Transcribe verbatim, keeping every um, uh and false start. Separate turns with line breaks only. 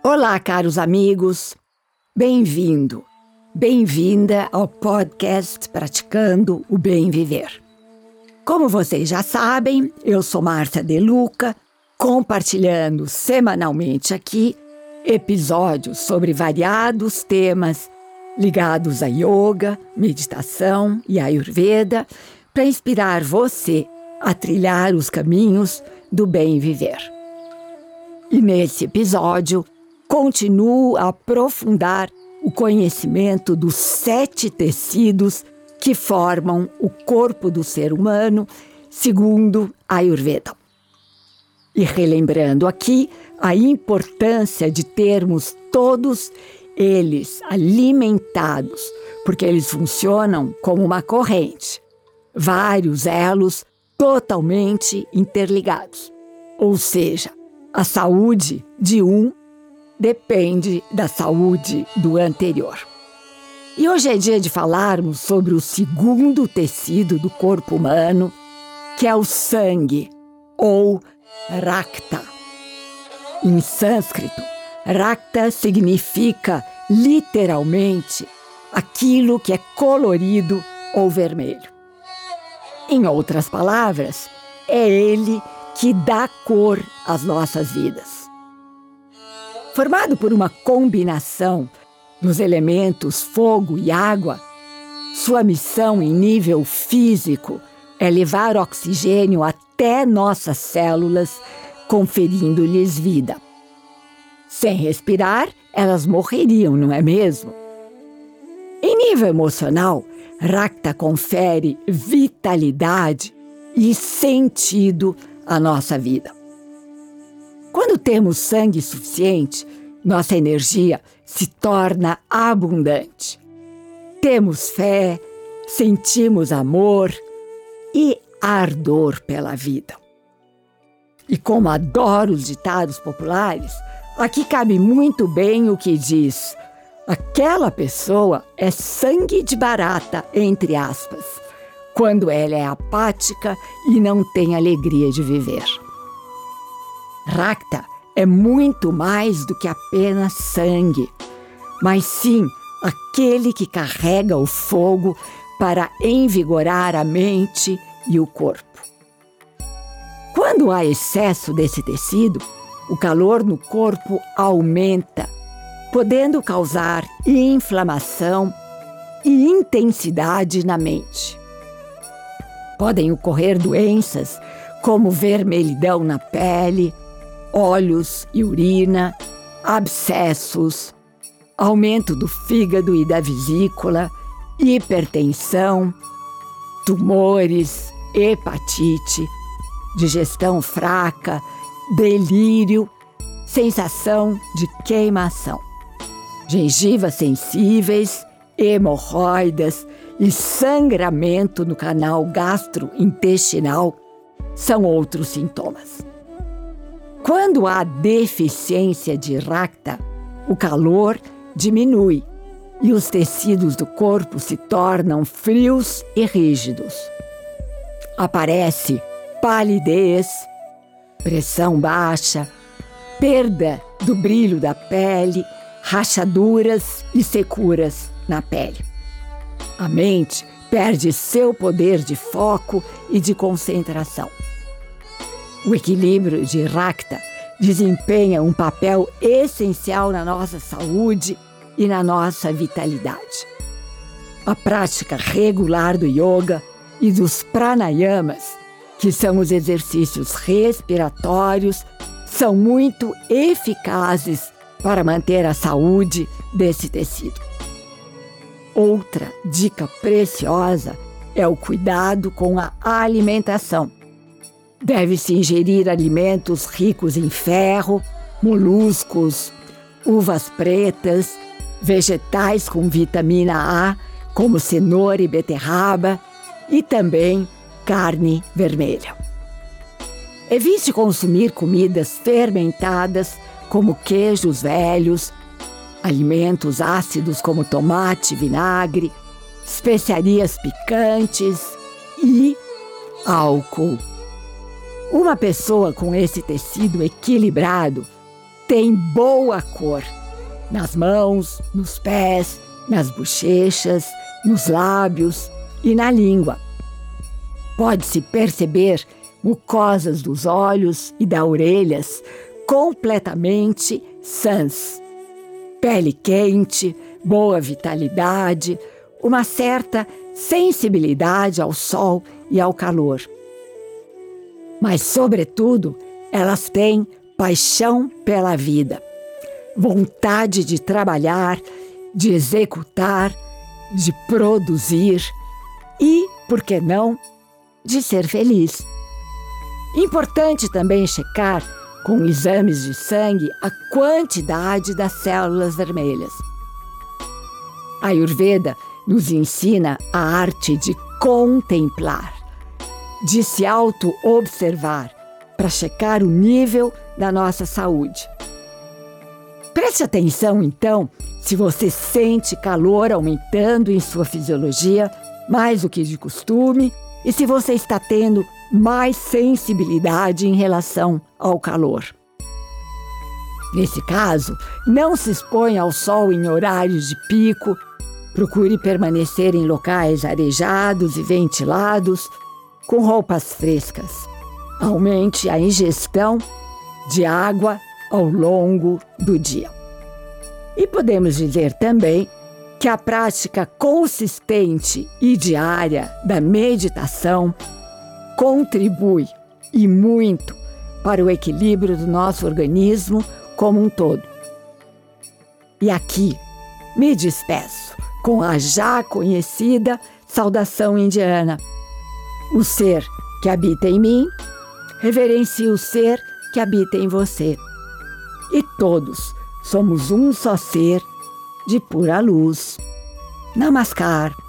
Olá, caros amigos. Bem-vindo, bem-vinda ao podcast Praticando o Bem Viver. Como vocês já sabem, eu sou Márcia De Luca, compartilhando semanalmente aqui episódios sobre variados temas ligados a yoga, meditação e ayurveda para inspirar você a trilhar os caminhos do bem viver. E nesse episódio, continuo a aprofundar o conhecimento dos sete tecidos que formam o corpo do ser humano, segundo a Ayurveda. E relembrando aqui a importância de termos todos eles alimentados, porque eles funcionam como uma corrente, vários elos totalmente interligados. Ou seja, a saúde de um depende da saúde do anterior. E hoje é dia de falarmos sobre o segundo tecido do corpo humano, que é o sangue, ou Rakta. Em sânscrito, Rakta significa literalmente aquilo que é colorido ou vermelho. Em outras palavras, é ele que dá cor às nossas vidas. Formado por uma combinação dos elementos fogo e água, sua missão em nível físico é levar oxigênio até nossas células, conferindo-lhes vida. Sem respirar, elas morreriam, não é mesmo? Em nível emocional, Rakta confere vitalidade e sentido à nossa vida. Quando temos sangue suficiente, nossa energia se torna abundante. Temos fé, sentimos amor e ardor pela vida. E como adoro os ditados populares, aqui cabe muito bem o que diz: aquela pessoa é sangue de barata, entre aspas, quando ela é apática e não tem alegria de viver. Rakta é muito mais do que apenas sangue, mas sim aquele que carrega o fogo para envigorar a mente e o corpo. Quando há excesso desse tecido, o calor no corpo aumenta, podendo causar inflamação e intensidade na mente. Podem ocorrer doenças como vermelhidão na pele, olhos e urina, abscessos, aumento do fígado e da vesícula, hipertensão, tumores, hepatite, digestão fraca, delírio, sensação de queimação, gengivas sensíveis, hemorroidas e sangramento no canal gastrointestinal são outros sintomas. Quando há deficiência de Rakta, o calor diminui e os tecidos do corpo se tornam frios e rígidos. Aparece palidez, pressão baixa, perda do brilho da pele, rachaduras e securas na pele. A mente perde seu poder de foco e de concentração. O equilíbrio de Rakta desempenha um papel essencial na nossa saúde e na nossa vitalidade. A prática regular do yoga e dos pranayamas, que são os exercícios respiratórios, são muito eficazes para manter a saúde desse tecido. Outra dica preciosa é o cuidado com a alimentação. Deve-se ingerir alimentos ricos em ferro, moluscos, uvas pretas, vegetais com vitamina A, como cenoura e beterraba, e também carne vermelha. Evite consumir comidas fermentadas, como queijos velhos, alimentos ácidos como tomate, vinagre, especiarias picantes e álcool. Uma pessoa com esse tecido equilibrado tem boa cor. Nas mãos, nos pés, nas bochechas, nos lábios e na língua. Pode-se perceber mucosas dos olhos e das orelhas completamente sãs. Pele quente, boa vitalidade, uma certa sensibilidade ao sol e ao calor. Mas, sobretudo, elas têm paixão pela vida, vontade de trabalhar, de executar, de produzir e, por que não, de ser feliz. Importante também checar com exames de sangue a quantidade das células vermelhas. A Ayurveda nos ensina a arte de contemplar, de se auto-observar para checar o nível da nossa saúde. Preste atenção, então, se você sente calor aumentando em sua fisiologia mais do que de costume e se você está tendo mais sensibilidade em relação ao calor. Nesse caso, não se exponha ao sol em horários de pico, procure permanecer em locais arejados e ventilados, com roupas frescas. Aumente a ingestão de água ao longo do dia. E podemos dizer também que a prática consistente e diária da meditação contribui e muito para o equilíbrio do nosso organismo como um todo. E aqui me despeço com a já conhecida saudação indiana. O ser que habita em mim reverencia o ser que habita em você. E todos somos um só ser de pura luz. Namaskar.